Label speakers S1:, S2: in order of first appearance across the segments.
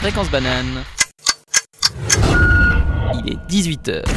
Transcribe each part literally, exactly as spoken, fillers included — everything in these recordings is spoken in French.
S1: Fréquence Banane. Il est dix-huit heures.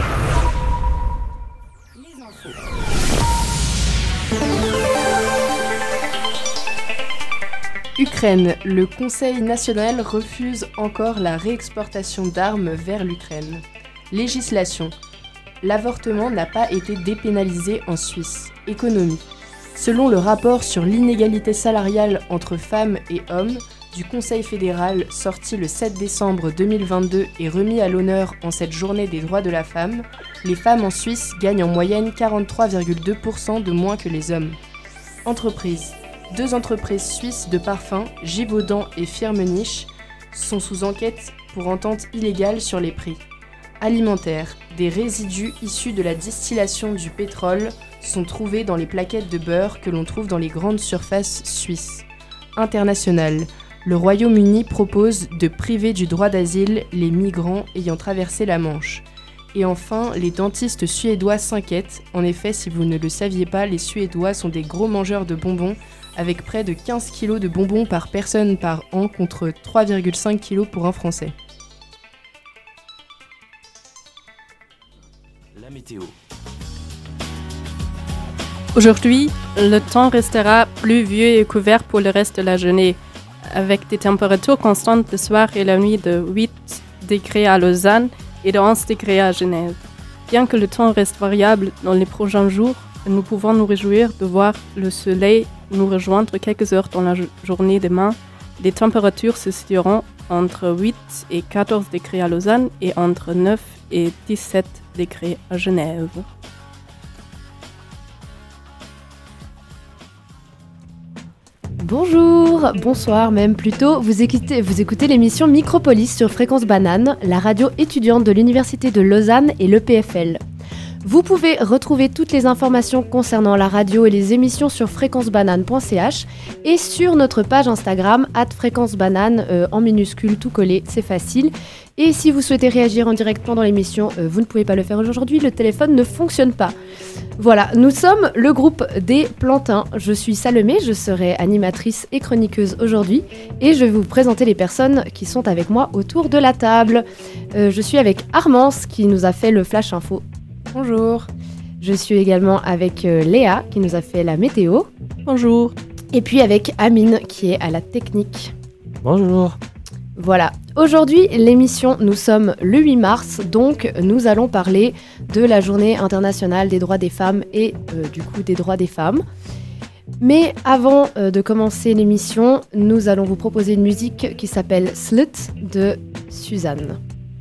S2: Ukraine. Le Conseil national refuse encore la réexportation d'armes vers l'Ukraine. Législation. L'avortement n'a pas été dépénalisé en Suisse. Économie. Selon le rapport sur l'inégalité salariale entre femmes et hommes du Conseil fédéral sorti le sept décembre deux mille vingt-deux et remis à l'honneur en cette journée des droits de la femme, les femmes en Suisse gagnent en moyenne quarante-trois virgule deux pour cent de moins que les hommes. Entreprise. Deux entreprises suisses de parfums, Givaudan et Firmenich, sont sous enquête pour entente illégale sur les prix. Alimentaire. Des résidus issus de la distillation du pétrole sont trouvés dans les plaquettes de beurre que l'on trouve dans les grandes surfaces suisses. International. Le Royaume-Uni propose de priver du droit d'asile les migrants ayant traversé la Manche. Et enfin, les dentistes suédois s'inquiètent. En effet, si vous ne le saviez pas, les Suédois sont des gros mangeurs de bonbons, avec près de quinze kilos de bonbons par personne par an contre trois virgule cinq kilos pour un Français.
S1: La météo.
S3: Aujourd'hui, le temps restera pluvieux et couvert pour le reste de la journée, avec des températures constantes le soir et la nuit de huit degrés à Lausanne et de onze degrés à Genève. Bien que le temps reste variable dans les prochains jours, nous pouvons nous réjouir de voir le soleil nous rejoindre quelques heures dans la journée demain. Les températures se situeront entre huit et quatorze degrés à Lausanne et entre neuf et dix-sept degrés à Genève.
S4: Bonjour, bonsoir même plutôt, vous écoutez, vous écoutez l'émission Micropolis sur Fréquence Banane, la radio étudiante de l'Université de Lausanne et l'E P F L. Vous pouvez retrouver toutes les informations concernant la radio et les émissions sur fréquence banane point c h et sur notre page Instagram arobase fréquence banane euh, en minuscule tout collé, c'est facile. Et si vous souhaitez réagir en direct pendant l'émission, euh, vous ne pouvez pas le faire aujourd'hui, le téléphone ne fonctionne pas. Voilà, nous sommes le groupe des Plantins. Je suis Salomé, je serai animatrice et chroniqueuse aujourd'hui et je vais vous présenter les personnes qui sont avec moi autour de la table. Euh, je suis avec Armance qui nous a fait le Flash Info. Bonjour. Je suis également avec euh, Léa qui nous a fait la météo.
S3: Bonjour.
S4: Et puis avec Amine qui est à la technique.
S5: Bonjour.
S4: Voilà. Aujourd'hui, l'émission, nous sommes le huit mars, donc nous allons parler de la journée internationale des droits des femmes et euh, du coup des droits des femmes. Mais avant euh, de commencer l'émission, nous allons vous proposer une musique qui s'appelle Slut de Suzanne.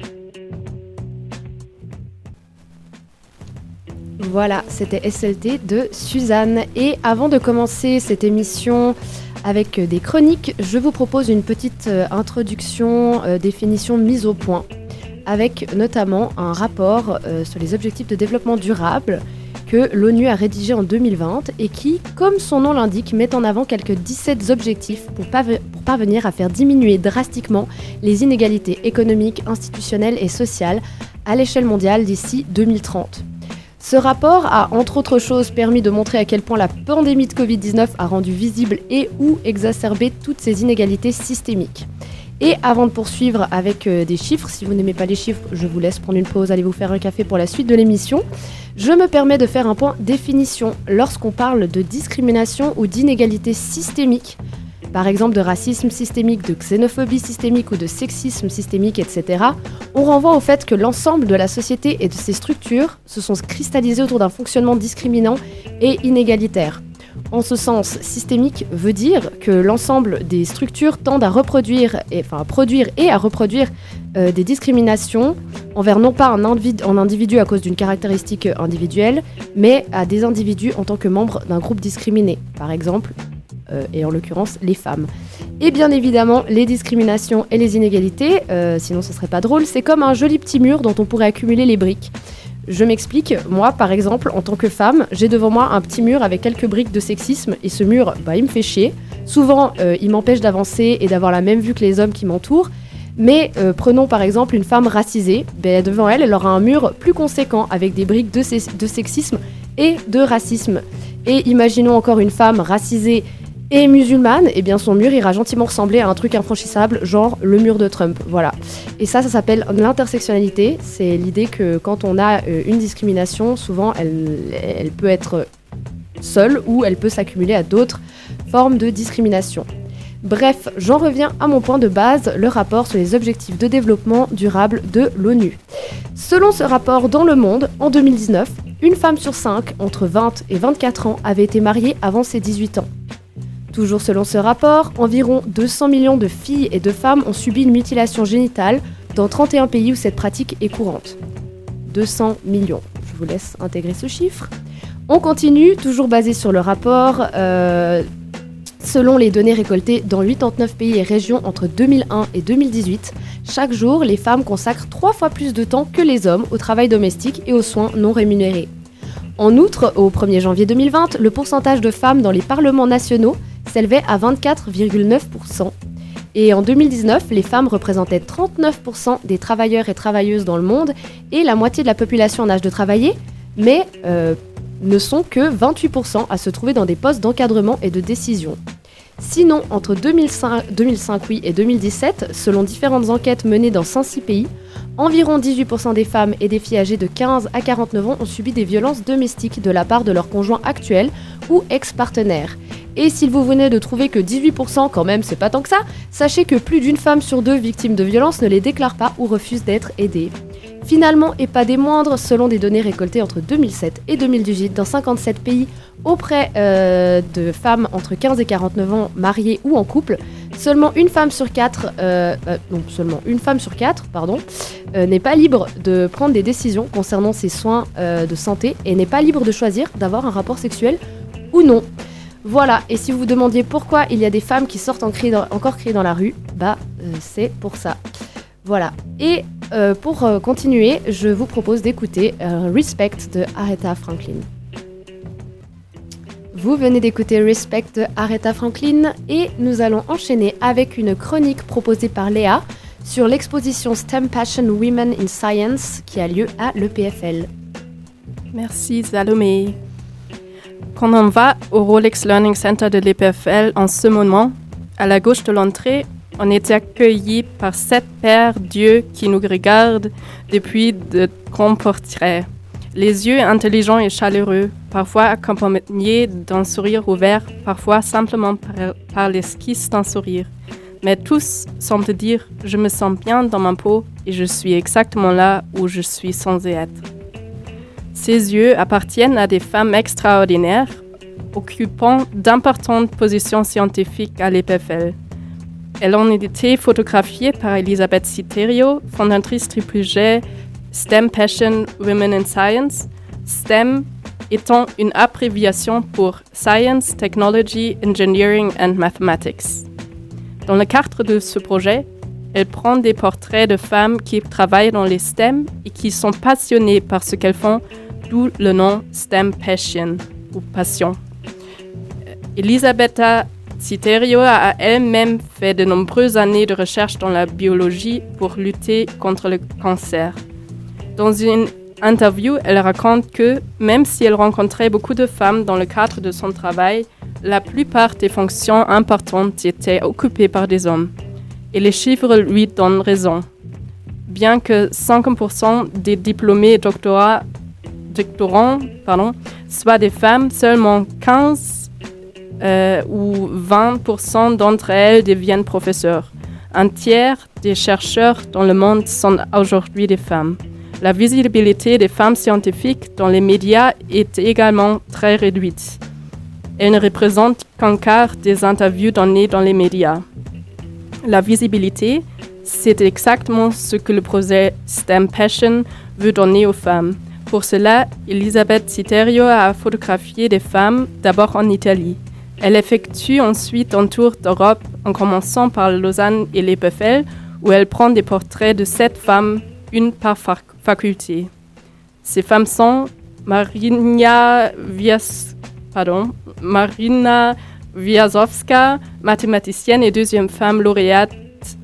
S4: Voilà, c'était S L T de Suzanne. Et avant de commencer cette émission avec des chroniques, je vous propose une petite euh, introduction, euh, définition mise au point, avec notamment un rapport euh, sur les objectifs de développement durable que l'ONU a rédigé en deux mille vingt et qui, comme son nom l'indique, met en avant quelques dix-sept objectifs pour, pave- pour parvenir à faire diminuer drastiquement les inégalités économiques, institutionnelles et sociales à l'échelle mondiale d'ici deux mille trente. Ce rapport a, entre autres choses, permis de montrer à quel point la pandémie de covid dix-neuf a rendu visible et ou exacerbé toutes ces inégalités systémiques. Et avant de poursuivre avec euh, des chiffres, si vous n'aimez pas les chiffres, je vous laisse prendre une pause, allez vous faire un café pour la suite de l'émission. Je me permets de faire un point définition. Lorsqu'on parle de discrimination ou d'inégalité systémique, par exemple de racisme systémique, de xénophobie systémique ou de sexisme systémique, et cetera, on renvoie au fait que l'ensemble de la société et de ses structures se sont cristallisées autour d'un fonctionnement discriminant et inégalitaire. En ce sens, systémique veut dire que l'ensemble des structures tendent à reproduire, et, enfin à produire et à reproduire euh, des discriminations envers non pas un individu, un individu à cause d'une caractéristique individuelle, mais à des individus en tant que membres d'un groupe discriminé, par exemple, euh, et en l'occurrence les femmes. Et bien évidemment, les discriminations et les inégalités, euh, sinon ce serait pas drôle, c'est comme un joli petit mur dont on pourrait accumuler les briques. Je m'explique, moi par exemple, en tant que femme, j'ai devant moi un petit mur avec quelques briques de sexisme et ce mur, bah, il me fait chier. Souvent, euh, il m'empêche d'avancer et d'avoir la même vue que les hommes qui m'entourent. Mais euh, prenons par exemple une femme racisée, ben, devant elle, elle aura un mur plus conséquent avec des briques de, se- de sexisme et de racisme. Et imaginons encore une femme racisée Et musulmane, eh bien son mur ira gentiment ressembler à un truc infranchissable, genre le mur de Trump, voilà. Et ça, ça s'appelle l'intersectionnalité. C'est l'idée que quand on a euh, une discrimination, souvent elle, elle peut être seule ou elle peut s'accumuler à d'autres formes de discrimination. Bref, j'en reviens à mon point de base, le rapport sur les objectifs de développement durable de l'ONU. Selon ce rapport, dans le monde, en deux mille dix-neuf, une femme sur cinq, entre vingt et vingt-quatre ans, avait été mariée avant ses dix-huit ans. Toujours selon ce rapport, environ deux cents millions de filles et de femmes ont subi une mutilation génitale dans trente et un pays où cette pratique est courante. deux cents millions. Je vous laisse intégrer ce chiffre. On continue, toujours basé sur le rapport. Euh, selon les données récoltées dans quatre-vingt-dix-neuf pays et régions entre deux mille un et deux mille dix-huit, chaque jour, les femmes consacrent trois fois plus de temps que les hommes au travail domestique et aux soins non rémunérés. En outre, au premier janvier deux mille vingt, le pourcentage de femmes dans les parlements nationaux s'élevait à vingt-quatre virgule neuf pour cent. Et en deux mille dix-neuf, les femmes représentaient trente-neuf pour cent des travailleurs et travailleuses dans le monde et la moitié de la population en âge de travailler, mais euh, ne sont que vingt-huit pour cent à se trouver dans des postes d'encadrement et de décision. Sinon, entre deux mille cinq, deux mille cinq oui, et deux mille dix-sept, selon différentes enquêtes menées dans cent six pays, environ dix-huit pour cent des femmes et des filles âgées de quinze à quarante-neuf ans ont subi des violences domestiques de la part de leur conjoint actuel ou ex-partenaire. Et si vous venez de trouver que dix-huit pour cent, quand même, c'est pas tant que ça, sachez que plus d'une femme sur deux victimes de violences ne les déclare pas ou refuse d'être aidée. Finalement, et pas des moindres, selon des données récoltées entre deux mille sept et deux mille dix-huit dans cinquante-sept pays auprès euh, de femmes entre quinze et quarante-neuf ans mariées ou en couple, seulement une femme sur quatre, euh, euh, non, seulement une femme sur quatre, pardon, euh, n'est pas libre de prendre des décisions concernant ses soins euh, de santé et n'est pas libre de choisir d'avoir un rapport sexuel ou non. Voilà, et si vous vous demandiez pourquoi il y a des femmes qui sortent en cri dans, encore crier dans la rue, bah euh, c'est pour ça. Voilà, et euh, pour euh, continuer, je vous propose d'écouter euh, Respect de Aretha Franklin. Vous venez d'écouter Respect de Aretha Franklin et nous allons enchaîner avec une chronique proposée par Léa sur l'exposition STEM Passion Women in Science qui a lieu à l'E P F L.
S3: Merci Salomé. Quand on va au Rolex Learning Center de l'E P F L en ce moment, à la gauche de l'entrée, on est accueillis par sept pères d'yeux qui nous regardent depuis de grands portraits. Les yeux intelligents et chaleureux, parfois accompagnés d'un sourire ouvert, parfois simplement par, par l'esquisse d'un sourire. Mais tous semblent dire « je me sens bien dans ma peau et je suis exactement là où je suis censée être ». Ces yeux appartiennent à des femmes extraordinaires, occupant d'importantes positions scientifiques à l'E P F L. Elles ont été photographiées par Elisabeth Citerio, fondatrice du projet STEM Passion Women in Science, STEM étant une abréviation pour Science, Technology, Engineering and Mathematics. Dans le cadre de ce projet, elle prend des portraits de femmes qui travaillent dans les STEM et qui sont passionnées par ce qu'elles font, d'où le nom STEM Passion ou Passion. Elisabeth Citerio a elle-même fait de nombreuses années de recherche dans la biologie pour lutter contre le cancer. Dans une interview, elle raconte que, même si elle rencontrait beaucoup de femmes dans le cadre de son travail, la plupart des fonctions importantes étaient occupées par des hommes. Et les chiffres lui donnent raison. Bien que cinquante pour cent des diplômés et doctorats, doctorants pardon, soient des femmes, seulement quinze Euh, ou vingt pour cent d'entre elles deviennent professeurs. Un tiers des chercheurs dans le monde sont aujourd'hui des femmes. La visibilité des femmes scientifiques dans les médias est également très réduite. Elles ne représentent qu'un quart des interviews données dans les médias. La visibilité, c'est exactement ce que le projet STEM Passion veut donner aux femmes. Pour cela, Elisabeth Citerio a photographié des femmes, d'abord en Italie. Elle effectue ensuite un tour d'Europe en commençant par Lausanne et l'E P F L, où elle prend des portraits de sept femmes, une par fac- faculté. Ces femmes sont Marina, Wias, pardon, Marina Wiasowska, mathématicienne et deuxième femme lauréate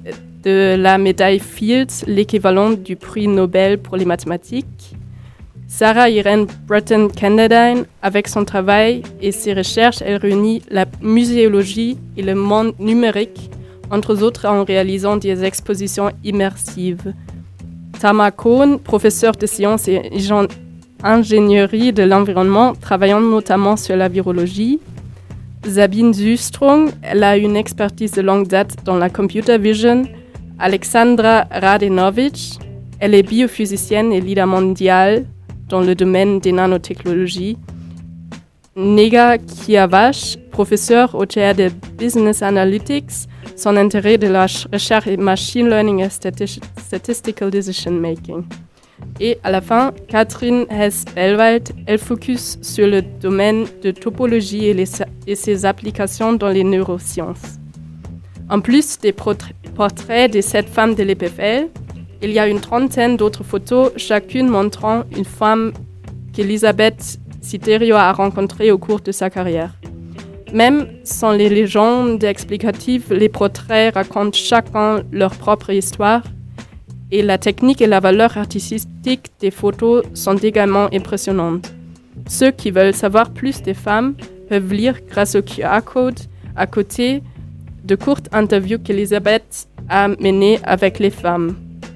S3: de la médaille Fields, l'équivalent du prix Nobel pour les mathématiques. Sarah Irene Breton Kenderdine, avec son travail et ses recherches, elle réunit la muséologie et le monde numérique, entre autres en réalisant des expositions immersives. Tamar Cohn, professeure de sciences et ingénierie de l'environnement, travaillant notamment sur la virologie. Sabine Süstrung, elle a une expertise de longue date dans la computer vision. Alexandra Radenovic, elle est biophysicienne et leader mondial dans le domaine des nanotechnologies. Nega Kiavash, professeur au chair de Business Analytics, son intérêt de la recherche et machine learning et statistical decision making. Et à la fin, Catherine Hess-Bellwald, elle focus sur le domaine de topologie et, les, et ses applications dans les neurosciences. En plus des portraits des sept femmes de l'E P F L, il y a une trentaine d'autres photos, chacune montrant une femme qu'Elisabeth Citerio a rencontrée au cours de sa carrière. Même sans les légendes explicatives, les portraits racontent chacun leur propre histoire et la technique et la valeur artistique des photos sont également impressionnantes. Ceux qui veulent savoir plus des femmes peuvent lire grâce au Q R code à côté de courtes interviews qu'Elisabeth a menées avec les femmes.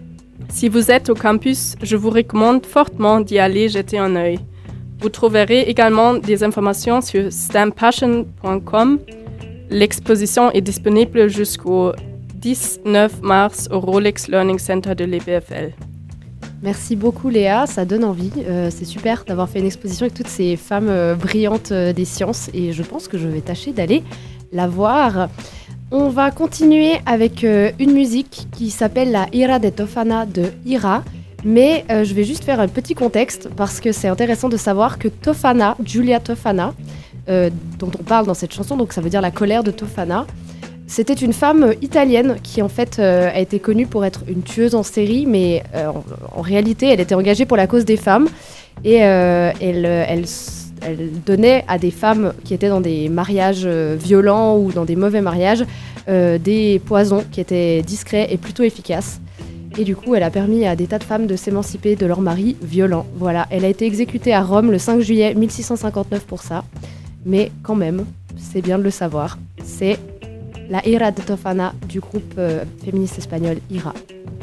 S3: Si vous êtes au campus, je vous recommande fortement d'y aller jeter un œil. Vous trouverez également des informations sur stem passion point com. L'exposition est disponible jusqu'au dix-neuf mars au Rolex Learning Center de l'E P F L.
S4: Merci beaucoup Léa, ça donne envie. Euh, c'est super d'avoir fait une exposition avec toutes ces femmes euh, brillantes euh, des sciences et je pense que je vais tâcher d'aller la voir. On va continuer avec euh, une musique qui s'appelle la Ira de Tofana de Ira. Mais euh, je vais juste faire un petit contexte parce que c'est intéressant de savoir que Tofana, Giulia Tofana, euh, dont on parle dans cette chanson, donc ça veut dire la colère de Tofana, c'était une femme italienne qui en fait euh, a été connue pour être une tueuse en série, mais euh, en, en réalité elle était engagée pour la cause des femmes et euh, elle, elle, elle donnait à des femmes qui étaient dans des mariages euh, violents ou dans des mauvais mariages euh, des poisons qui étaient discrets et plutôt efficaces. Et du coup, elle a permis à des tas de femmes de s'émanciper de leur mari violent. Voilà, elle a été exécutée à Rome le cinq juillet mille six cent cinquante-neuf pour ça. Mais quand même, c'est bien de le savoir. C'est la Ira de Tofana du groupe euh, féministe espagnol Ira.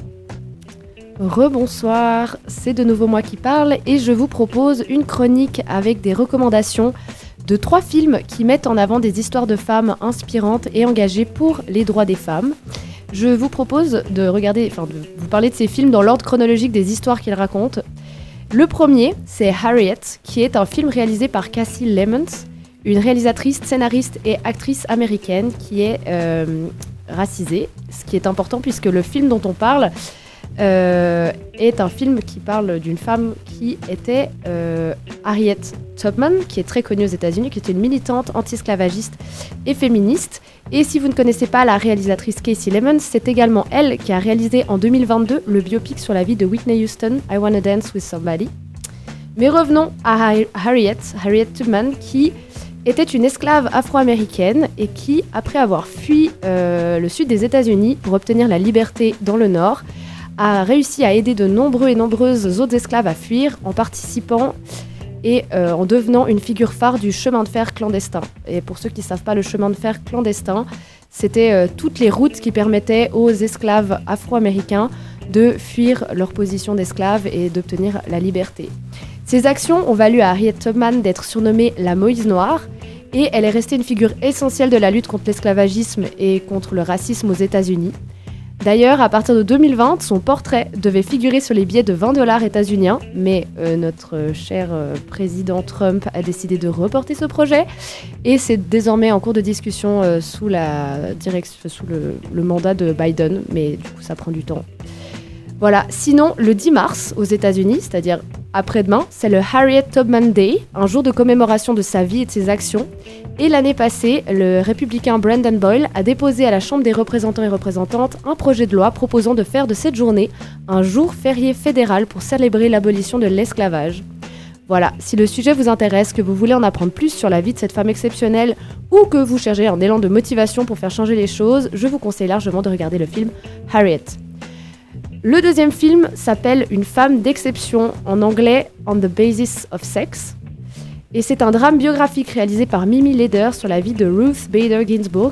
S4: Rebonsoir, c'est de nouveau moi qui parle et je vous propose une chronique avec des recommandations de trois films qui mettent en avant des histoires de femmes inspirantes et engagées pour les droits des femmes. Je vous propose de regarder, enfin de vous parler de ces films dans l'ordre chronologique des histoires qu'ils racontent. Le premier, c'est Harriet, qui est un film réalisé par Kasi Lemmons, une réalisatrice, scénariste et actrice américaine qui est euh, racisée, ce qui est important puisque le film dont on parle euh, est un film qui parle d'une femme qui était euh, Harriet Tubman, qui est très connue aux États-Unis, qui était une militante anti-esclavagiste et féministe. Et si vous ne connaissez pas la réalisatrice Kasi Lemmons, c'est également elle qui a réalisé en deux mille vingt-deux le biopic sur la vie de Whitney Houston, I Wanna Dance With Somebody. Mais revenons à Harriet, Harriet Tubman, qui était une esclave afro-américaine et qui, après avoir fui euh, le sud des États-Unis pour obtenir la liberté dans le nord, a réussi à aider de nombreux et nombreuses autres esclaves à fuir en participant et euh, en devenant une figure phare du chemin de fer clandestin. Et pour ceux qui ne savent pas, le chemin de fer clandestin, c'était euh, toutes les routes qui permettaient aux esclaves afro-américains de fuir leur position d'esclaves et d'obtenir la liberté. Ces actions ont valu à Harriet Tubman d'être surnommée la Moïse Noire, et elle est restée une figure essentielle de la lutte contre l'esclavagisme et contre le racisme aux États-Unis. D'ailleurs, à partir de deux mille vingt, son portrait devait figurer sur les billets de vingt dollars états-uniens, mais euh, notre cher euh, président Trump a décidé de reporter ce projet et c'est désormais en cours de discussion euh, sous, la direction, sous le, le mandat de Biden, mais du coup ça prend du temps. Voilà, sinon le dix mars aux États-Unis, c'est-à-dire après-demain, c'est le Harriet Tubman Day, un jour de commémoration de sa vie et de ses actions. Et l'année passée, le républicain Brandon Boyle a déposé à la Chambre des représentants et représentantes un projet de loi proposant de faire de cette journée un jour férié fédéral pour célébrer l'abolition de l'esclavage. Voilà, si le sujet vous intéresse, que vous voulez en apprendre plus sur la vie de cette femme exceptionnelle ou que vous cherchez un élan de motivation pour faire changer les choses, je vous conseille largement de regarder le film Harriet. Le deuxième film s'appelle Une femme d'exception, en anglais On the Basis of Sex. Et c'est un drame biographique réalisé par Mimi Leder sur la vie de Ruth Bader Ginsburg.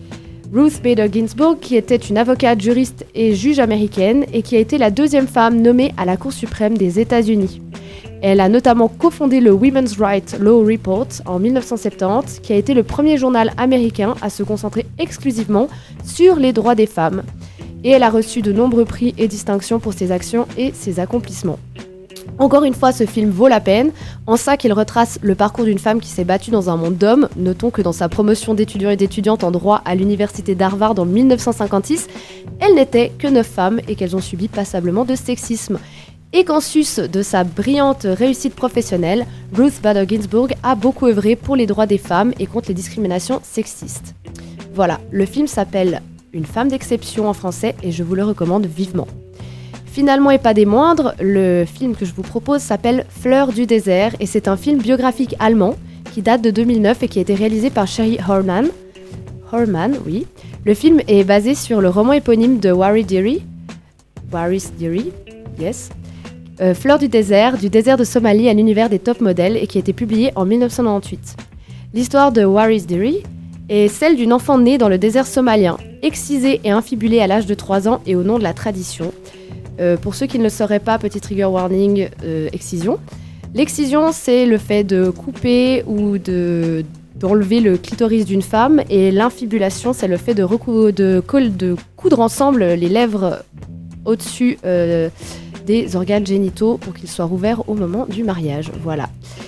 S4: Ruth Bader Ginsburg, qui était une avocate, juriste et juge américaine et qui a été la deuxième femme nommée à la Cour suprême des États-Unis. Elle a notamment cofondé le Women's Rights Law Report en dix-neuf cent soixante-dix, qui a été le premier journal américain à se concentrer exclusivement sur les droits des femmes. Et elle a reçu de nombreux prix et distinctions pour ses actions et ses accomplissements. Encore une fois, ce film vaut la peine, en ça qu'il retrace le parcours d'une femme qui s'est battue dans un monde d'hommes. Notons que dans sa promotion d'étudiants et d'étudiantes en droit à l'université d'Harvard en dix-neuf cent cinquante-six, elles n'étaient que neuf femmes et qu'elles ont subi passablement de sexisme. Et qu'en sus de sa brillante réussite professionnelle, Ruth Bader Ginsburg a beaucoup œuvré pour les droits des femmes et contre les discriminations sexistes. Voilà, le film s'appelle Une femme d'exception en français et je vous le recommande vivement. Finalement et pas des moindres, le film que je vous propose s'appelle Fleurs du désert et c'est un film biographique allemand qui date de deux mille neuf et qui a été réalisé par Sherry Horman. Horman, oui. Le film est basé sur le roman éponyme de Waris Dirie. Waris Dirie, yes. Euh, Fleurs du désert, du désert de Somalie à l'univers des top modèles et qui a été publié en dix-neuf cent quatre-vingt-dix. L'histoire de Waris Dirie est celle d'une enfant née dans le désert somalien, excisée et infibulée à l'âge de trois ans et au nom de la tradition. Euh, pour ceux qui ne le sauraient pas, petit trigger warning, euh, excision. L'excision, c'est le fait de couper ou de, d'enlever le clitoris d'une femme et l'infibulation, c'est le fait de, recou- de, coll- de coudre ensemble les lèvres au-dessus euh, des organes génitaux pour qu'ils soient rouverts au moment du mariage. Voilà.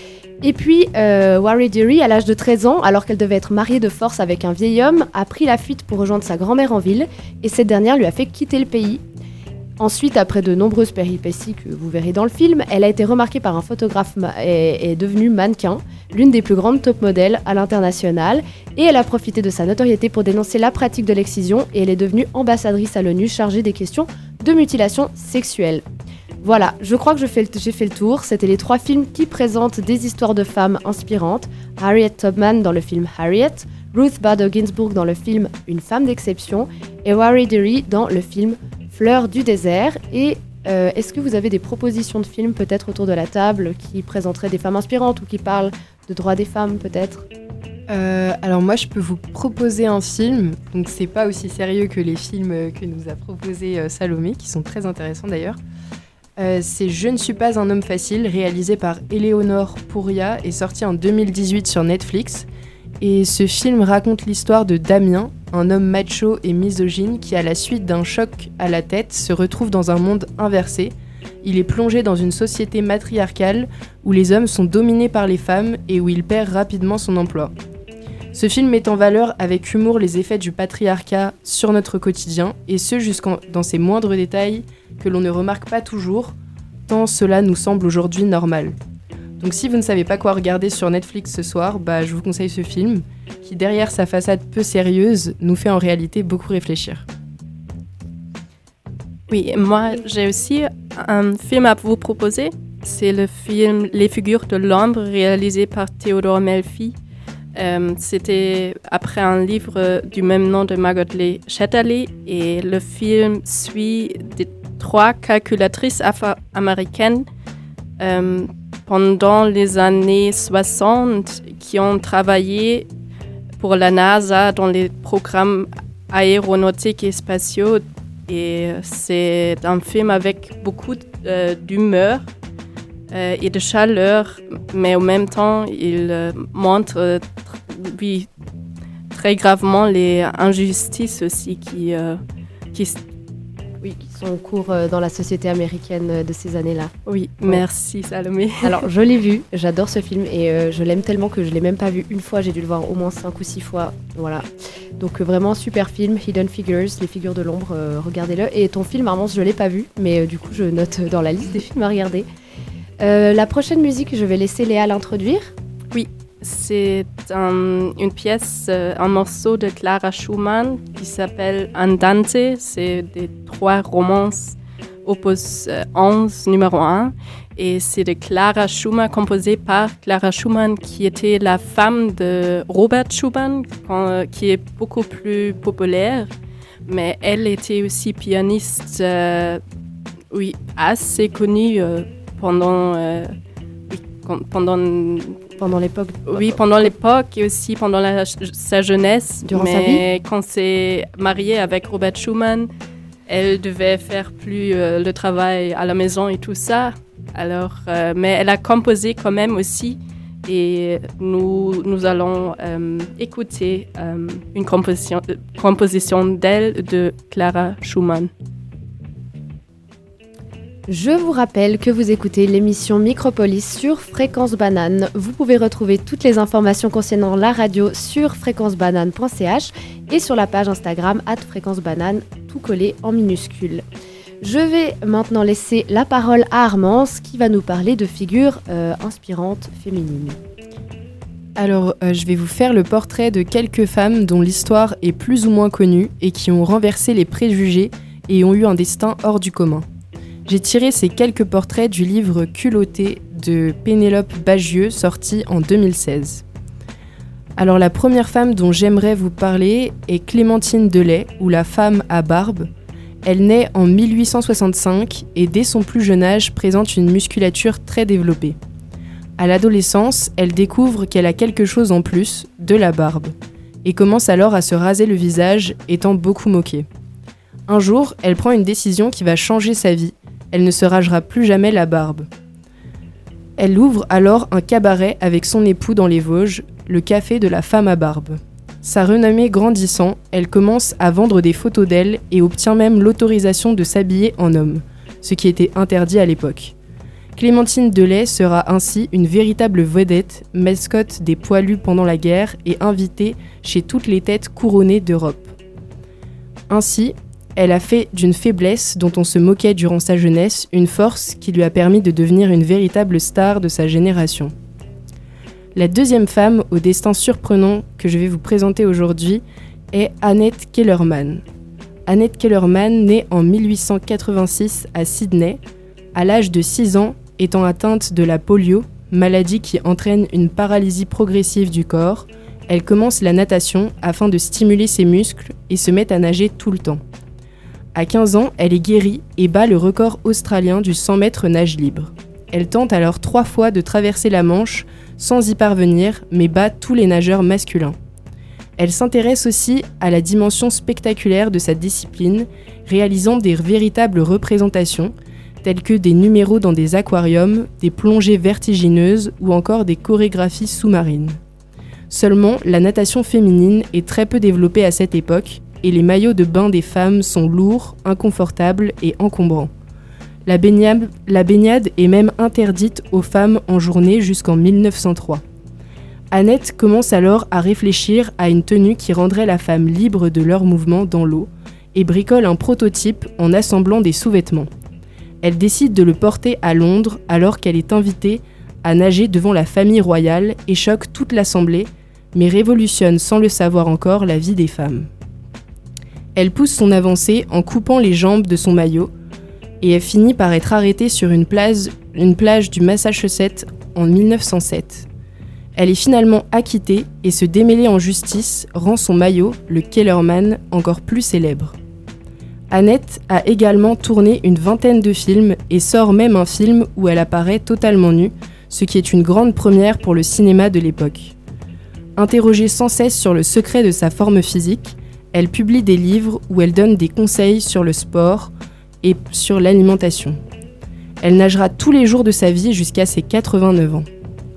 S4: Et puis, euh, Waris Dirie, à l'âge de treize ans, alors qu'elle devait être mariée de force avec un vieil homme, a pris la fuite pour rejoindre sa grand-mère en ville et cette dernière lui a fait quitter le pays. Ensuite, après de nombreuses péripéties que vous verrez dans le film, elle a été remarquée par un photographe et est devenue mannequin, l'une des plus grandes top modèles à l'international, et elle a profité de sa notoriété pour dénoncer la pratique de l'excision et elle est devenue ambassadrice à l'ONU chargée des questions de mutilation sexuelle. Voilà, je crois que je fais le, j'ai fait le tour. C'était les trois films qui présentent des histoires de femmes inspirantes. Harriet Tubman dans le film Harriet, Ruth Bader Ginsburg dans le film Une femme d'exception et Waris Dirie dans le film Fleurs du désert. Et euh, est-ce que vous avez des propositions de films peut-être autour de la table qui présenteraient des femmes inspirantes ou qui parlent de droits des femmes peut-être ?
S2: Euh, alors moi je peux vous proposer un film, donc c'est pas aussi sérieux que les films que nous a proposé euh, Salomé, qui sont très intéressants d'ailleurs. Euh, c'est Je ne suis pas un homme facile, réalisé par Eleonore Pouria et sorti en deux mille dix-huit sur Netflix. Et ce film raconte l'histoire de Damien, un homme macho et misogyne qui, à la suite d'un choc à la tête, se retrouve dans un monde inversé. Il est plongé dans une société matriarcale où les hommes sont dominés par les femmes et où il perd rapidement son emploi. Ce film met en valeur avec humour les effets du patriarcat sur notre quotidien, et ce jusqu'en dans ses moindres détails que l'on ne remarque pas toujours, tant cela nous semble aujourd'hui normal. Donc si vous ne savez pas quoi regarder sur Netflix ce soir, bah, je vous conseille ce film, qui derrière sa façade peu sérieuse, nous fait en réalité beaucoup réfléchir.
S3: Oui, moi j'ai aussi un film à vous proposer. C'est le film Les figures de l'ombre, réalisé par Théodore Melfi. Euh, c'était après un livre du même nom de Margot Lee Shetterly, et le film suit des trois calculatrices afro-américaines euh, pendant les années soixante qui ont travaillé pour la NASA dans les programmes aéronautiques et spatiaux. Et c'est un film avec beaucoup euh, d'humeur euh, et de chaleur, mais en même temps, il euh, montre euh, tr- oui, très gravement les injustices aussi qui, euh, qui...
S4: Oui, qui sont en cours euh, dans la société américaine euh, de ces années-là.
S3: Oui, ouais. Merci Salomé.
S4: Alors, je l'ai vu, j'adore ce film et euh, je l'aime tellement que je ne l'ai même pas vu une fois, j'ai dû le voir au moins cinq ou six fois. Voilà. Donc euh, vraiment super film, Hidden Figures, les figures de l'ombre, euh, regardez-le. Et ton film, Armance, je ne l'ai pas vu, mais euh, du coup, je note dans la liste des films à regarder. Euh, la prochaine musique, je vais laisser Léa l'introduire.
S3: Oui, c'est un, une pièce, euh, un morceau de Clara Schumann qui s'appelle Andante. C'est des trois romances opus onze, numéro un. Et c'est de Clara Schumann, composé par Clara Schumann, qui était la femme de Robert Schumann, quand, qui est beaucoup plus populaire. Mais elle était aussi pianiste euh, Oui, assez connu euh, pendant, euh, pendant,
S4: pendant l'époque.
S3: Oui, pendant l'époque et aussi pendant la, sa jeunesse.
S4: Durant
S3: mais
S4: sa vie.
S3: Quand s'est mariée avec Robert Schumann, elle devait faire plus euh, le travail à la maison et tout ça. Alors, euh, mais elle a composé quand même aussi. Et nous, nous allons euh, écouter euh, une composition, euh, composition d'elle de Clara Schumann.
S4: Je vous rappelle que vous écoutez l'émission Micropolis sur Fréquence Banane. Vous pouvez retrouver toutes les informations concernant la radio sur fréquence banane point c h et sur la page Instagram arobase fréquence banane, tout collé en minuscules. Je vais maintenant laisser la parole à Armance qui va nous parler de figures euh, inspirantes féminines.
S2: Alors, euh, je vais vous faire le portrait de quelques femmes dont l'histoire est plus ou moins connue et qui ont renversé les préjugés et ont eu un destin hors du commun. J'ai tiré ces quelques portraits du livre Culottée de Pénélope Bagieux, sorti en deux mille seize. Alors, la première femme dont j'aimerais vous parler est Clémentine Delay, ou la femme à barbe. Elle naît en mille huit cent soixante-cinq et dès son plus jeune âge présente une musculature très développée. À l'adolescence, elle découvre qu'elle a quelque chose en plus, de la barbe, et commence alors à se raser le visage, étant beaucoup moquée. Un jour, elle prend une décision qui va changer sa vie, elle ne se rasera plus jamais la barbe. Elle ouvre alors un cabaret avec son époux dans les Vosges, le café de la femme à barbe. Sa renommée grandissant, elle commence à vendre des photos d'elle et obtient même l'autorisation de s'habiller en homme, ce qui était interdit à l'époque. Clémentine Delay sera ainsi une véritable vedette, mascotte des poilus pendant la guerre et invitée chez toutes les têtes couronnées d'Europe. Ainsi, elle a fait d'une faiblesse dont on se moquait durant sa jeunesse une force qui lui a permis de devenir une véritable star de sa génération. La deuxième femme au destin surprenant que je vais vous présenter aujourd'hui est Annette Kellerman. Annette Kellerman naît en mille huit cent quatre-vingt-six à Sydney. À l'âge de six ans, étant atteinte de la polio, maladie qui entraîne une paralysie progressive du corps, elle commence la natation afin de stimuler ses muscles et se met à nager tout le temps. À quinze ans, elle est guérie et bat le record australien du cent mètres nage libre. Elle tente alors trois fois de traverser la Manche sans y parvenir, mais bat tous les nageurs masculins. Elle s'intéresse aussi à la dimension spectaculaire de sa discipline, réalisant des véritables représentations, telles que des numéros dans des aquariums, des plongées vertigineuses ou encore des chorégraphies sous-marines. Seulement, la natation féminine est très peu développée à cette époque, et les maillots de bain des femmes sont lourds, inconfortables et encombrants. La baignade, la baignade est même interdite aux femmes en journée jusqu'en mille neuf cent trois. Annette commence alors à réfléchir à une tenue qui rendrait la femme libre de leurs mouvements dans l'eau et bricole un prototype en assemblant des sous-vêtements. Elle décide de le porter à Londres alors qu'elle est invitée à nager devant la famille royale et choque toute l'assemblée, mais révolutionne sans le savoir encore la vie des femmes. Elle pousse son avancée en coupant les jambes de son maillot et elle finit par être arrêtée sur une plage, une plage du Massachusetts en mille neuf cent sept. Elle est finalement acquittée et se démêler en justice rend son maillot, le Kellerman, encore plus célèbre. Annette a également tourné une vingtaine de films et sort même un film où elle apparaît totalement nue, ce qui est une grande première pour le cinéma de l'époque. Interrogée sans cesse sur le secret de sa forme physique, elle publie des livres où elle donne des conseils sur le sport et sur l'alimentation. Elle nagera tous les jours de sa vie jusqu'à ses quatre-vingt-neuf ans.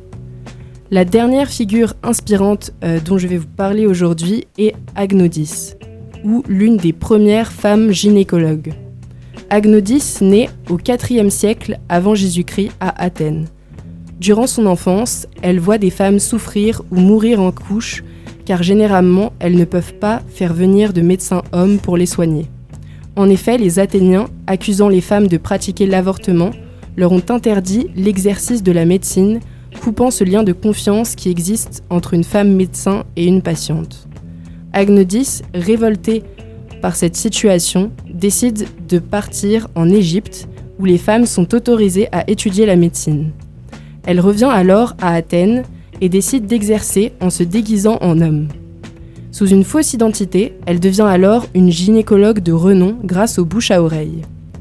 S2: La dernière figure inspirante euh, dont je vais vous parler aujourd'hui est Agnodis, ou l'une des premières femmes gynécologues. Agnodis naît au quatrième siècle avant Jésus-Christ à Athènes. Durant son enfance, elle voit des femmes souffrir ou mourir en couche car généralement, elles ne peuvent pas faire venir de médecins hommes pour les soigner. En effet, les Athéniens, accusant les femmes de pratiquer l'avortement, leur ont interdit l'exercice de la médecine, coupant ce lien de confiance qui existe entre une femme médecin et une patiente. Agnodis, révoltée par cette situation, décide de partir en Égypte, où les femmes sont autorisées à étudier la médecine. Elle revient alors à Athènes, et décide d'exercer en se déguisant en homme. Sous une fausse identité, elle devient alors une gynécologue de renom grâce aux bouche à oreille.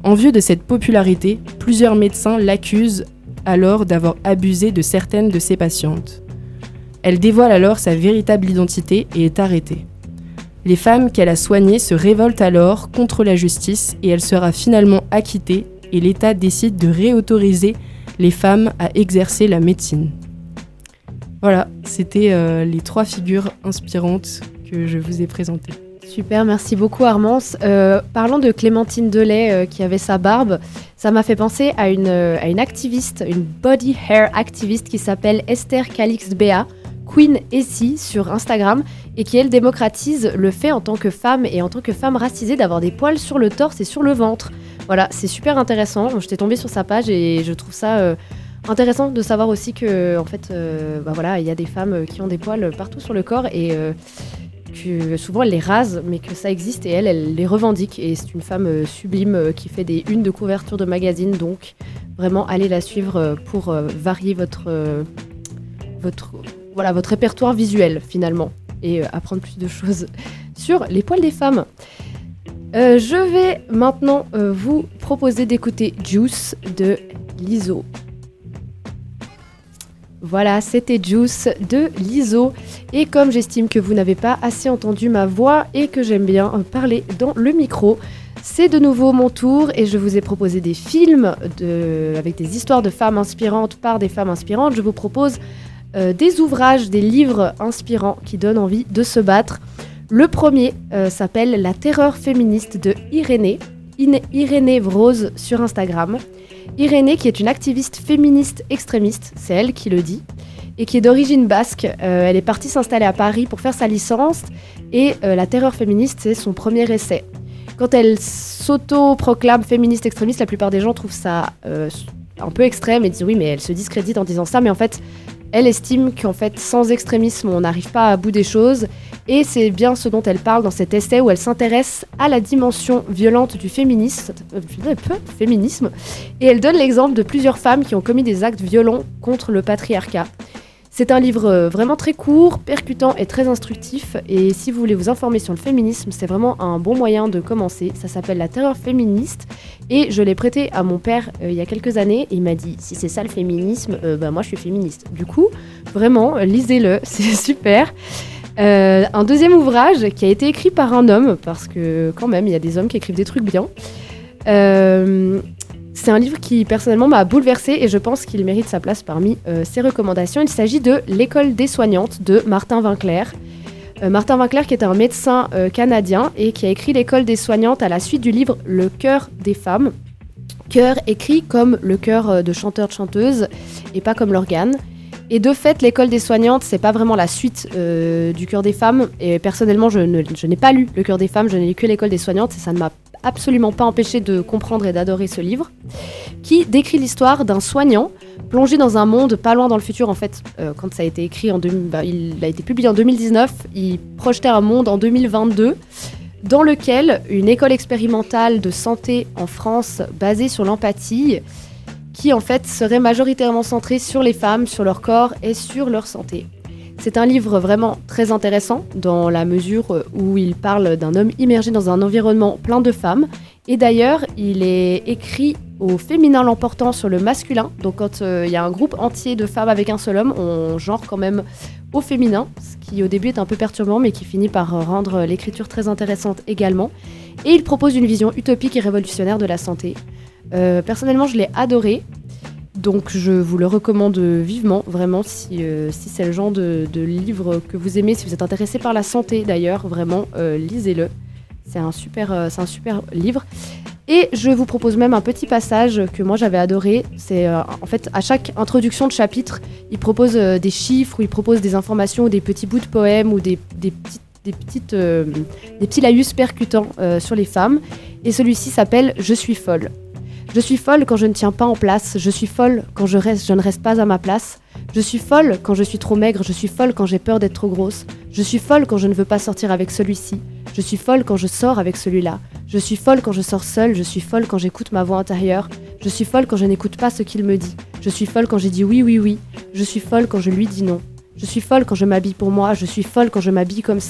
S2: En vue de cette popularité, plusieurs médecins l'accusent alors d'avoir abusé de certaines de ses patientes. Elle dévoile alors sa véritable identité et est arrêtée. Les femmes qu'elle a soignées se révoltent alors contre la justice et elle sera finalement acquittée et l'État décide de réautoriser les femmes à exercer la médecine. Voilà, c'était euh, les trois figures inspirantes que je vous ai présentées.
S4: Super, merci beaucoup Armance. Euh, parlons de Clémentine Delay euh, qui avait sa barbe. Ça m'a fait penser à une, euh, à une activiste, une body hair activiste qui s'appelle Esther Calix-Béa, Queen Essie sur Instagram, et qui elle démocratise le fait en tant que femme et en tant que femme racisée d'avoir des poils sur le torse et sur le ventre. Voilà, c'est super intéressant. J'étais tombée sur sa page et je trouve ça euh, intéressant de savoir aussi que en fait, euh, bah voilà, il y a des femmes qui ont des poils partout sur le corps et euh, que souvent elle les rase, mais que ça existe et elle, elle les revendique. Et c'est une femme euh, sublime euh, qui fait des unes de couverture de magazines. Donc vraiment, allez la suivre euh, pour euh, varier votre euh, votre voilà votre répertoire visuel finalement et euh, apprendre plus de choses sur les poils des femmes. Euh, je vais maintenant euh, vous proposer d'écouter Juice de Lizzo. Voilà, c'était Juice de Lizzo. Et comme j'estime que vous n'avez pas assez entendu ma voix et que j'aime bien parler dans le micro, c'est de nouveau mon tour et je vous ai proposé des films de... avec des histoires de femmes inspirantes par des femmes inspirantes. Je vous propose euh, des ouvrages, des livres inspirants qui donnent envie de se battre. Le premier euh, s'appelle La terreur féministe de Irénée, In- Irénée Vrose sur Instagram. Irénée qui est une activiste féministe extrémiste, c'est elle qui le dit, et qui est d'origine basque. Euh, elle est partie s'installer à Paris pour faire sa licence et euh, La terreur féministe, c'est son premier essai. Quand elle s'auto-proclame féministe extrémiste, la plupart des gens trouvent ça euh, un peu extrême et disent oui mais elle se discrédite en disant ça, mais en fait elle estime qu'en fait sans extrémisme on n'arrive pas à bout des choses. Et c'est bien ce dont elle parle dans cet essai où elle s'intéresse à la dimension violente du féminisme, euh, féminisme et elle donne l'exemple de plusieurs femmes qui ont commis des actes violents contre le patriarcat. C'est un livre vraiment très court, percutant et très instructif. Et si vous voulez vous informer sur le féminisme, c'est vraiment un bon moyen de commencer. Ça s'appelle La terreur féministe. Et je l'ai prêté à mon père euh, il y a quelques années. Et il m'a dit, si c'est ça le féminisme, euh, bah moi je suis féministe. Du coup, vraiment, lisez-le, c'est super. Euh, un deuxième ouvrage qui a été écrit par un homme, parce que quand même, il y a des hommes qui écrivent des trucs bien. Euh, c'est un livre qui, personnellement, m'a bouleversée et je pense qu'il mérite sa place parmi euh, ses recommandations. Il s'agit de L'école des soignantes de Martin Winkler. Euh, Martin Winkler qui est un médecin euh, canadien et qui a écrit L'école des soignantes à la suite du livre Le cœur des femmes. Cœur écrit comme le cœur de chanteur de chanteuse et pas comme l'organe. Et de fait, l'école des soignantes, c'est pas vraiment la suite euh, du cœur des femmes. Et personnellement, je, ne, je n'ai pas lu le cœur des femmes, je n'ai lu que l'école des soignantes et ça ne m'a absolument pas empêché de comprendre et d'adorer ce livre, qui décrit l'histoire d'un soignant plongé dans un monde pas loin dans le futur. En fait, euh, quand ça a été écrit, en deux mille, bah, il a été publié en deux mille dix-neuf, il projetait un monde en deux mille vingt-deux dans lequel une école expérimentale de santé en France basée sur l'empathie qui en fait serait majoritairement centré sur les femmes, sur leur corps et sur leur santé. C'est un livre vraiment très intéressant dans la mesure où il parle d'un homme immergé dans un environnement plein de femmes. Et d'ailleurs, il est écrit au féminin l'emportant sur le masculin. Donc quand il euh, y a un groupe entier de femmes avec un seul homme, on genre quand même au féminin, ce qui au début est un peu perturbant, mais qui finit par rendre l'écriture très intéressante également. Et il propose une vision utopique et révolutionnaire de la santé. Euh, personnellement, je l'ai adoré. Donc je vous le recommande vivement, vraiment, si, euh, si c'est le genre de, de livre que vous aimez, si vous êtes intéressé par la santé d'ailleurs, vraiment, euh, lisez-le. C'est un, super, euh, c'est un super livre. Et je vous propose même un petit passage que moi j'avais adoré. C'est euh, en fait à chaque introduction de chapitre, il propose euh, des chiffres, ou il propose des informations, ou des petits bouts de poèmes, ou des, des, petites, des, petites, euh, des petits laïus percutants euh, sur les femmes. Et celui-ci s'appelle « Je suis folle ». Je suis folle quand je ne tiens pas en place, je suis folle quand je, reste, je ne reste pas à ma place, je suis folle quand je suis trop maigre, je suis folle quand j'ai peur d'être trop grosse, je suis folle quand je ne veux pas sortir avec celui-ci, je suis folle quand je sors avec celui-là, je suis folle quand je sors seule, je suis folle quand j'écoute ma voix intérieure, je suis folle quand je n'écoute pas ce qu'il me dit, je suis folle quand j'ai dit oui, oui, oui, je suis folle quand je lui dis non. Je suis folle quand je m'habille pour moi, je suis folle quand je m'habille comme ça.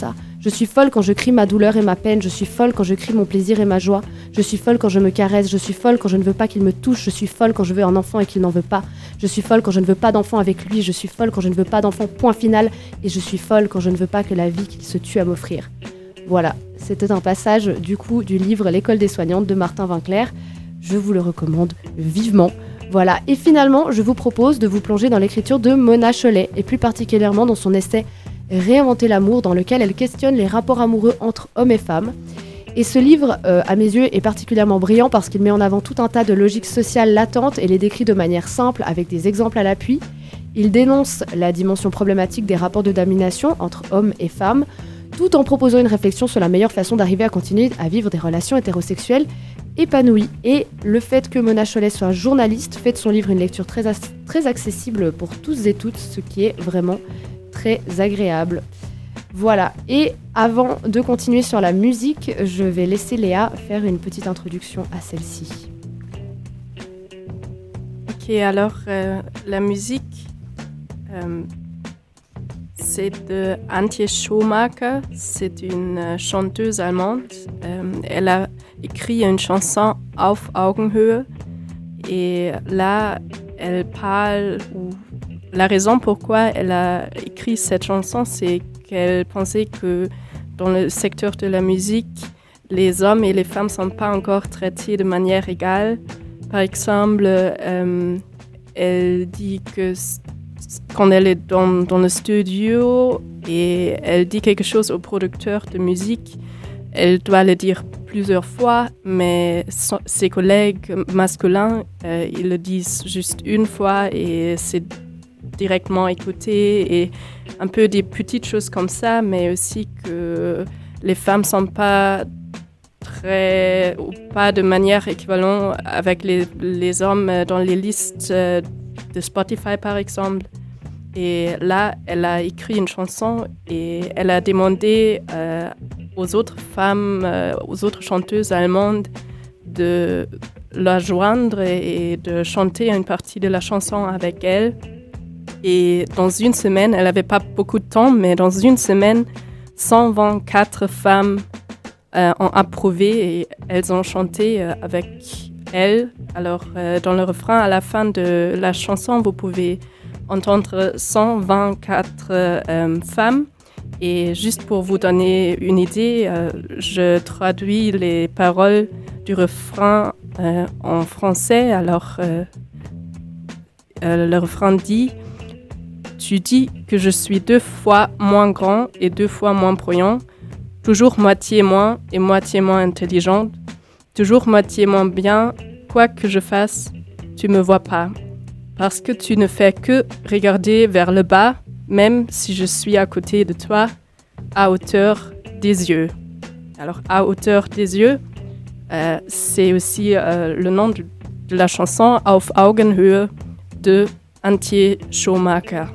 S4: Je suis folle quand je crie ma douleur et ma peine. Je suis folle quand je crie mon plaisir et ma joie. Je suis folle quand je me caresse. Je suis folle quand je ne veux pas qu'il me touche. Je suis folle quand je veux un enfant et qu'il n'en veut pas. Je suis folle quand je ne veux pas d'enfant avec lui. Je suis folle quand je ne veux pas d'enfant, point final. Et je suis folle quand je ne veux pas que la vie qu'il se tue à m'offrir. Voilà, c'était un passage du coup du livre L'école des soignantes de Martin Winkler. Je vous le recommande vivement. Voilà, et finalement, je vous propose de vous plonger dans l'écriture de Mona Chollet, et plus particulièrement dans son essai Réinventer l'amour, dans lequel elle questionne les rapports amoureux entre hommes et femmes. Et ce livre, euh, à mes yeux, est particulièrement brillant parce qu'il met en avant tout un tas de logiques sociales latentes et les décrit de manière simple, avec des exemples à l'appui. Il dénonce la dimension problématique des rapports de domination entre hommes et femmes, tout en proposant une réflexion sur la meilleure façon d'arriver à continuer à vivre des relations hétérosexuelles épanouies. Et le fait que Mona Chollet soit journaliste fait de son livre une lecture très, as- très accessible pour tous et toutes, ce qui est vraiment très agréable. Voilà, et avant de continuer sur la musique, je vais laisser Léa faire une petite introduction à celle-ci.
S3: Ok, alors euh, la musique, euh, c'est de Antje Schumacher, c'est une euh, chanteuse allemande. Euh, elle a écrit une chanson Auf Augenhöhe et là, elle parle, ou la raison pourquoi elle a écrit cette chanson, c'est qu'elle pensait que dans le secteur de la musique, les hommes et les femmes ne sont pas encore traités de manière égale. Par exemple, euh, elle dit que quand elle est dans, dans le studio et elle dit quelque chose au producteur de musique, elle doit le dire plusieurs fois, mais so- ses collègues masculins, euh, ils le disent juste une fois et c'est directement écouté, et un peu des petites choses comme ça, mais aussi que les femmes ne sont pas très, ou pas de manière équivalente avec les, les hommes dans les listes de Spotify par exemple. Et là, elle a écrit une chanson et elle a demandé euh, aux autres femmes, euh, aux autres chanteuses allemandes de la joindre et, et de chanter une partie de la chanson avec elle. Et dans une semaine, elle n'avait pas beaucoup de temps, mais dans une semaine, cent vingt-quatre femmes euh, ont approuvé et elles ont chanté euh, avec elle. Alors, euh, dans le refrain, à la fin de la chanson, vous pouvez entendre cent vingt-quatre euh, femmes. Et juste pour vous donner une idée, euh, je traduis les paroles du refrain euh, en français. Alors, euh, euh, le refrain dit: tu dis que je suis deux fois moins grand et deux fois moins bruyant, toujours moitié moins et moitié moins intelligente, toujours moitié moins bien, quoi que je fasse, tu me vois pas. Parce que tu ne fais que regarder vers le bas, même si je suis à côté de toi, à hauteur des yeux. Alors, à hauteur des yeux, euh, c'est aussi euh, le nom de, de la chanson Auf Augenhöhe de Antje Schumacher.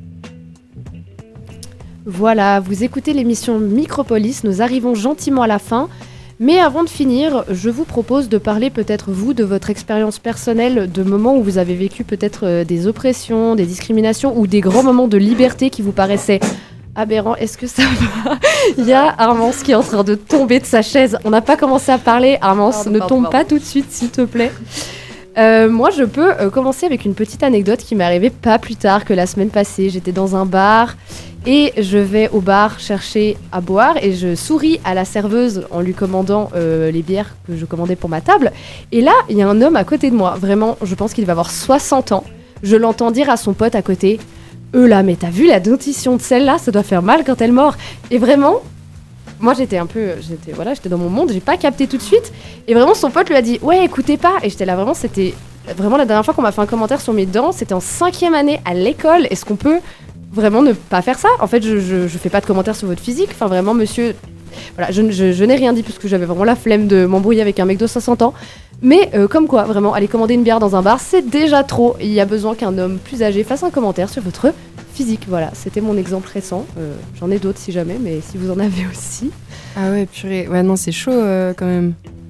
S4: Voilà, vous écoutez l'émission Micropolis, nous arrivons gentiment à la fin. Mais avant de finir, je vous propose de parler peut-être vous de votre expérience personnelle, de moments où vous avez vécu peut-être euh, des oppressions, des discriminations ou des grands moments de liberté qui vous paraissaient aberrants. Est-ce que ça va? Il y a Armance qui est en train de tomber de sa chaise. On n'a pas commencé à parler. Armance,
S2: Pardon,
S4: ne
S2: pardon,
S4: tombe
S2: pardon.
S4: pas tout de suite, s'il te plaît. Euh, moi, je peux euh, commencer avec une petite anecdote qui m'est arrivée pas plus tard que la semaine passée. J'étais dans un bar et je vais au bar chercher à boire et je souris à la serveuse en lui commandant euh, les bières que je commandais pour ma table. Et là, il y a un homme à côté de moi. Vraiment, je pense qu'il va avoir soixante ans. Je l'entends dire à son pote à côté: « Eux là, mais t'as vu la dentition de celle-là? Ça doit faire mal quand elle mord. » Et vraiment... Moi, j'étais un peu, j'étais, voilà, j'étais dans mon monde, j'ai pas capté tout de suite. Et vraiment, son pote lui a dit: ouais, écoutez pas. Et j'étais là, vraiment, c'était vraiment la dernière fois qu'on m'a fait un commentaire sur mes dents, c'était en cinquième année à l'école. Est-ce qu'on peut vraiment ne pas faire ça? En fait, je, je, je fais pas de commentaires sur votre physique. Enfin, vraiment, monsieur. Voilà, je, je, je n'ai rien dit puisque j'avais vraiment la flemme de m'embrouiller avec un mec de soixante ans. Mais euh, comme quoi, vraiment, aller commander une bière dans un bar, c'est déjà trop. Il y a besoin qu'un homme plus âgé fasse un commentaire sur votre physique. Voilà, c'était mon exemple récent. Euh, j'en ai d'autres si jamais, mais si vous en avez aussi.
S2: Ah ouais, purée. Ouais, non, c'est chaud euh, quand même.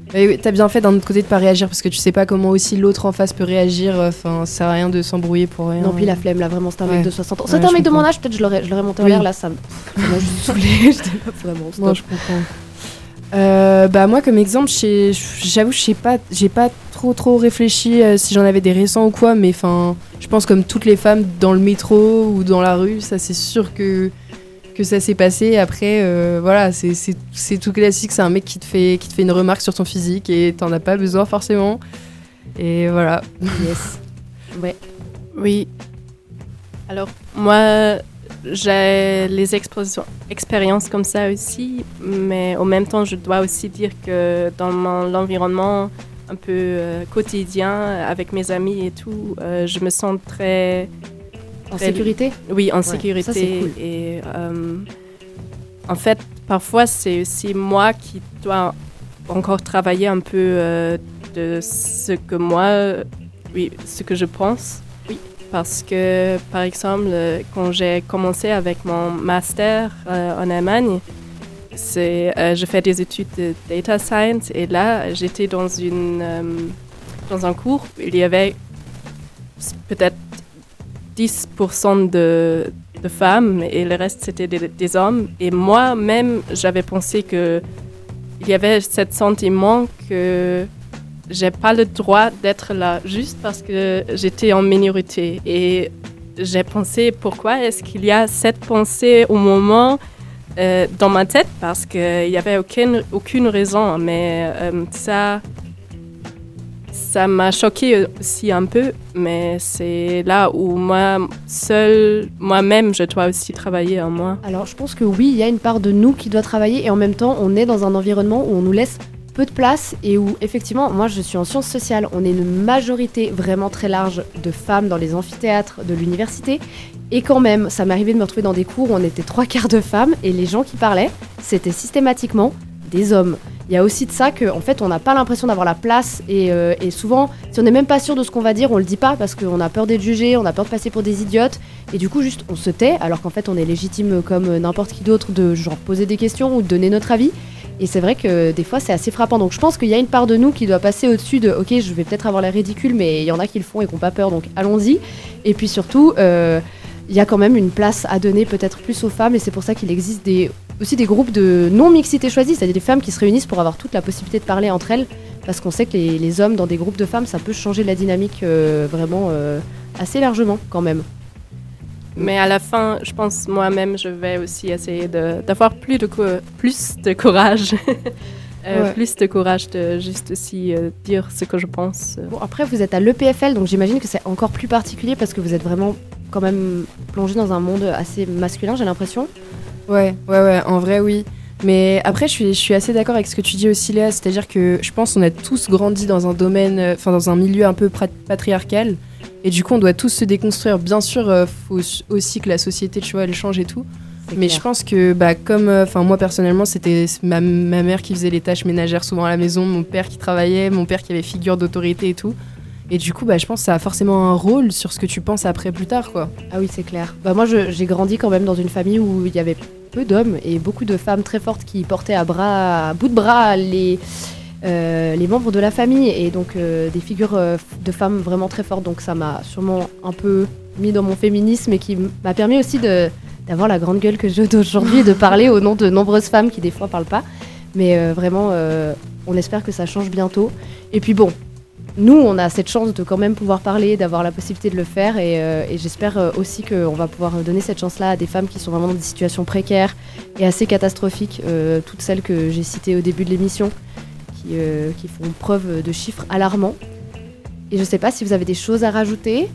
S2: Et oui, t'as bien fait d'un autre côté de pas réagir parce que tu sais pas comment aussi l'autre en face peut réagir. Enfin, ça sert à rien de s'embrouiller pour rien.
S4: Non, puis la flemme, là, vraiment, c'est un
S2: Ouais.
S4: mec de soixante ans.
S2: Ouais,
S4: C'était un
S2: je
S4: mec de mon
S2: comprends.
S4: âge, peut-être je l'aurais, je l'aurais monté en
S2: Oui.
S4: l'air, là, ça me- ça m'a juste saoulée. J'étais là, vraiment, stop.
S2: Non, je comprends. Euh, bah moi comme exemple, j'ai- j'avoue je sais pas, j'ai pas trop trop réfléchi euh, si j'en avais des récents ou quoi, mais enfin, je pense comme toutes les femmes dans le métro ou dans la rue, ça c'est sûr que que ça s'est passé. Après, euh, voilà, c'est c'est c'est tout classique, c'est un mec qui te fait qui te fait une remarque sur ton physique et t'en as pas besoin forcément. Et voilà.
S4: Yes. Ouais.
S3: Oui. Alors, moi, j'ai les expositions- expériences comme ça aussi, mais en même temps, je dois aussi dire que dans mon environnement un peu euh, quotidien, avec mes amis et tout, euh, je me sens très,
S4: En
S3: très-
S4: sécurité.
S3: oui, en
S4: ça,
S3: sécurité.
S4: c'est cool.
S3: Et euh, en fait, parfois, c'est aussi moi qui dois encore travailler un peu euh, de ce que moi, oui, ce que je pense.
S4: Oui.
S3: Parce que, par exemple, euh, quand j'ai commencé avec mon master euh, en Allemagne, c'est, euh, je fais des études de data science et là, j'étais dans, une, euh, dans un cours où il y avait peut-être dix pour cent de, de femmes et le reste, c'était des, des hommes. Et moi-même, j'avais pensé que il y avait ce sentiment que j'ai pas le droit d'être là juste parce que j'étais en minorité. Et j'ai pensé, pourquoi est-ce qu'il y a cette pensée au moment euh, dans ma tête? Parce qu'il n'y avait aucune, aucune raison. Mais euh, ça, ça m'a choqué aussi un peu. Mais c'est là où moi, seule, moi-même, je dois aussi travailler en moi.
S4: Alors, je pense que oui, il y a une part de nous qui doit travailler et en même temps, on est dans un environnement où on nous laisse peu de place et où, effectivement, moi, je suis en sciences sociales. On est une majorité vraiment très large de femmes dans les amphithéâtres de l'université. Et quand même, ça m'est arrivé de me retrouver dans des cours où on était trois quarts de femmes et les gens qui parlaient, c'était systématiquement des hommes. Il y a aussi de ça qu'en fait, on n'a pas l'impression d'avoir la place et, euh, et souvent, si on n'est même pas sûr de ce qu'on va dire, on le dit pas parce qu'on a peur d'être jugé, on a peur de passer pour des idiotes et du coup, juste on se tait alors qu'en fait, on est légitime comme n'importe qui d'autre de genre poser des questions ou de donner notre avis. Et c'est vrai que des fois, c'est assez frappant. Donc je pense qu'il y a une part de nous qui doit passer au-dessus de « Ok, je vais peut-être avoir l'air ridicule, mais il y en a qui le font et qui n'ont pas peur, donc allons-y. » Et puis surtout, euh, il y a quand même une place à donner peut-être plus aux femmes et c'est pour ça qu'il existe des, aussi des groupes de non-mixité choisie, c'est-à-dire des femmes qui se réunissent pour avoir toute la possibilité de parler entre elles parce qu'on sait que les, les hommes dans des groupes de femmes, ça peut changer la dynamique euh, vraiment euh, assez largement quand même.
S3: Mais à la fin, je pense moi-même, je vais aussi essayer de, d'avoir plus de, co- plus de courage. euh,
S2: Ouais.
S3: Plus de courage de juste aussi euh, dire ce que je pense.
S4: Bon, après, vous êtes à l'E P F L, donc j'imagine que c'est encore plus particulier parce que vous êtes vraiment quand même plongé dans un monde assez masculin, j'ai l'impression.
S2: Ouais, ouais, ouais, en vrai, oui. Mais après, je suis, je suis assez d'accord avec ce que tu dis aussi, Léa. C'est-à-dire que je pense qu'on a tous grandi dans un domaine, euh, enfin, dans un milieu un peu pra- patriarcal. Et du coup, on doit tous se déconstruire. Bien sûr, euh, faut aussi que la société, tu vois, elle change et tout.
S4: C'est
S2: Mais
S4: clair.
S2: je pense que, bah, comme, enfin, moi personnellement, c'était ma, ma mère qui faisait les tâches ménagères souvent à la maison, mon père qui travaillait, mon père qui avait figure d'autorité et tout. Et du coup, bah, je pense que ça a forcément un rôle sur ce que tu penses après plus tard, quoi.
S4: Ah oui, c'est clair. Bah, moi, je- j'ai grandi quand même dans une famille où il y avait peu d'hommes et beaucoup de femmes très fortes qui portaient à, bras, à bout de bras les, euh, les membres de la famille et donc euh, des figures euh, de femmes vraiment très fortes. Donc ça m'a sûrement un peu mis dans mon féminisme et qui m- m'a permis aussi de, d'avoir la grande gueule que j'ai d'aujourd'hui et de parler au nom de nombreuses femmes qui des fois parlent pas. Mais euh, vraiment, euh, on espère que ça change bientôt. Et puis bon, nous, on a cette chance de quand même pouvoir parler, d'avoir la possibilité de le faire et, euh, et j'espère euh, aussi qu'on va pouvoir donner cette chance-là à des femmes qui sont vraiment dans des situations précaires et assez catastrophiques, euh, toutes celles que j'ai citées au début de l'émission, qui, euh, qui font preuve de chiffres alarmants. Et je sais pas si vous avez des choses à rajouter.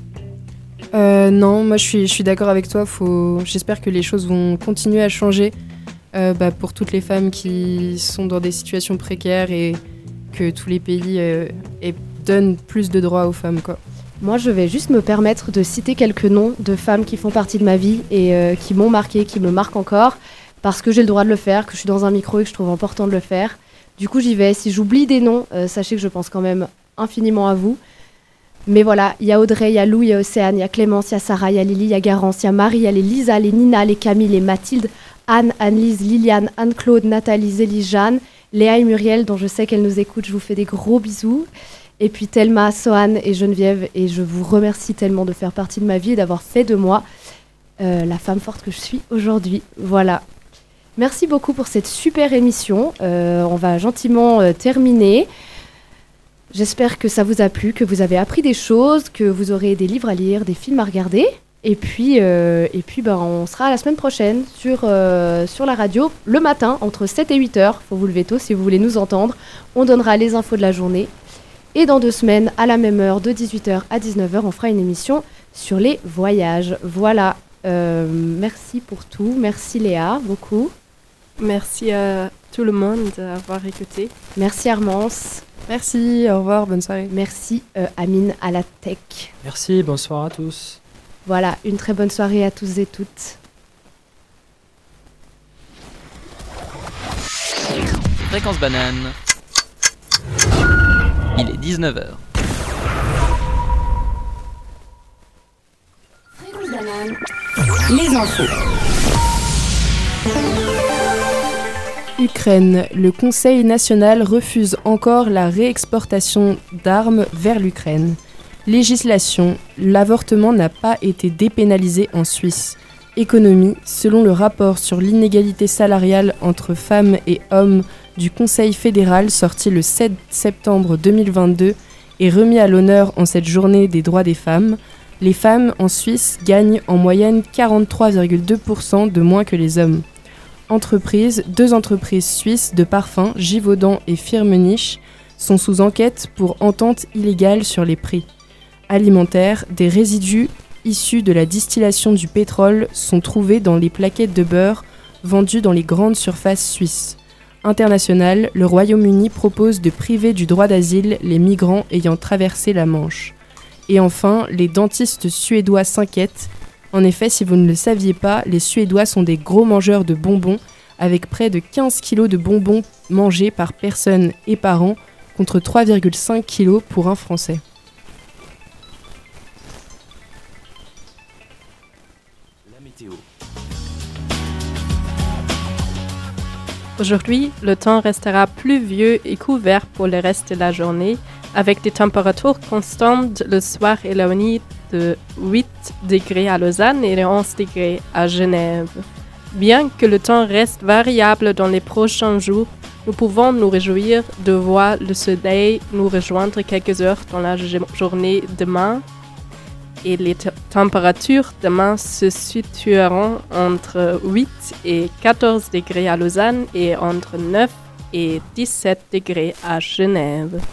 S2: Euh, non, moi je suis, je suis d'accord avec toi. Faut... J'espère que les choses vont continuer à changer euh, bah, pour toutes les femmes qui sont dans des situations précaires et que tous les pays euh, aient- donnent plus de droits aux femmes, quoi.
S4: Moi, je vais juste me permettre de citer quelques noms de femmes qui font partie de ma vie et euh, qui m'ont marqué, qui me marquent encore, parce que j'ai le droit de le faire, que je suis dans un micro et que je trouve important de le faire. Du coup, j'y vais. Si j'oublie des noms, euh, sachez que je pense quand même infiniment à vous. Mais voilà, il y a Audrey, il y a Lou, il y a Océane, il y a Clémence, il y a Sarah, il y a Lily, il y a Garance, il y a Marie, il y a les Lisa, les Nina, les Camille, les Mathilde, Anne, Anne-Lise, Liliane, Anne-Claude, Nathalie, Zélie, Jeanne. Léa et Muriel, dont je sais qu'elles nous écoutent, je vous fais des gros bisous. Et puis Thelma, Sohan et Geneviève, et je vous remercie tellement de faire partie de ma vie et d'avoir fait de moi euh, la femme forte que je suis aujourd'hui. Voilà. Merci beaucoup pour cette super émission. Euh, on va gentiment euh, terminer. J'espère que ça vous a plu, que vous avez appris des choses, que vous aurez des livres à lire, des films à regarder. Et puis, euh, et puis ben, on sera la semaine prochaine sur, euh, sur la radio, le matin, entre sept et huit heures. Il faut vous lever tôt si vous voulez nous entendre. On donnera les infos de la journée. Et dans deux semaines, à la même heure, de dix-huit heures à dix-neuf heures, on fera une émission sur les voyages. Voilà. Euh, merci pour tout. Merci Léa, beaucoup.
S3: Merci à tout le monde d'avoir écouté.
S4: Merci Armance.
S2: Merci, au revoir, bonne soirée.
S4: Merci euh, Amine à la tech.
S5: Merci, bonsoir à tous.
S4: Voilà, une très bonne soirée à tous et toutes.
S1: Fréquence banane. Il est dix-neuf heures.
S6: Fréquence banane. Les infos.
S2: Ukraine. Le Conseil national refuse encore la réexportation d'armes vers l'Ukraine. Législation. L'avortement n'a pas été dépénalisé en Suisse. Économie. Selon le rapport sur l'inégalité salariale entre femmes et hommes du Conseil fédéral sorti le sept septembre deux mille vingt-deux et remis à l'honneur en cette journée des droits des femmes, les femmes en Suisse gagnent en moyenne quarante-trois virgule deux pour cent de moins que les hommes. Entreprises, deux entreprises suisses de parfums, Givaudan et Firmenich, sont sous enquête pour entente illégale sur les prix. Alimentaire, des résidus issus de la distillation du pétrole sont trouvés dans les plaquettes de beurre vendues dans les grandes surfaces suisses. International, le Royaume-Uni propose de priver du droit d'asile les migrants ayant traversé la Manche. Et enfin, les dentistes suédois s'inquiètent. En effet, si vous ne le saviez pas, les Suédois sont des gros mangeurs de bonbons, avec près de quinze kilos de bonbons mangés par personne et par an, contre trois virgule cinq kilos pour un Français.
S1: La météo.
S3: Aujourd'hui, le temps restera pluvieux et couvert pour le reste de la journée, avec des températures constantes le soir et la nuit de huit degrés à Lausanne et de onze degrés à Genève. Bien que le temps reste variable dans les prochains jours, nous pouvons nous réjouir de voir le soleil nous rejoindre quelques heures dans la journée demain. Et les t- températures demain se situeront entre huit et quatorze degrés à Lausanne et entre neuf et dix-sept degrés à Genève.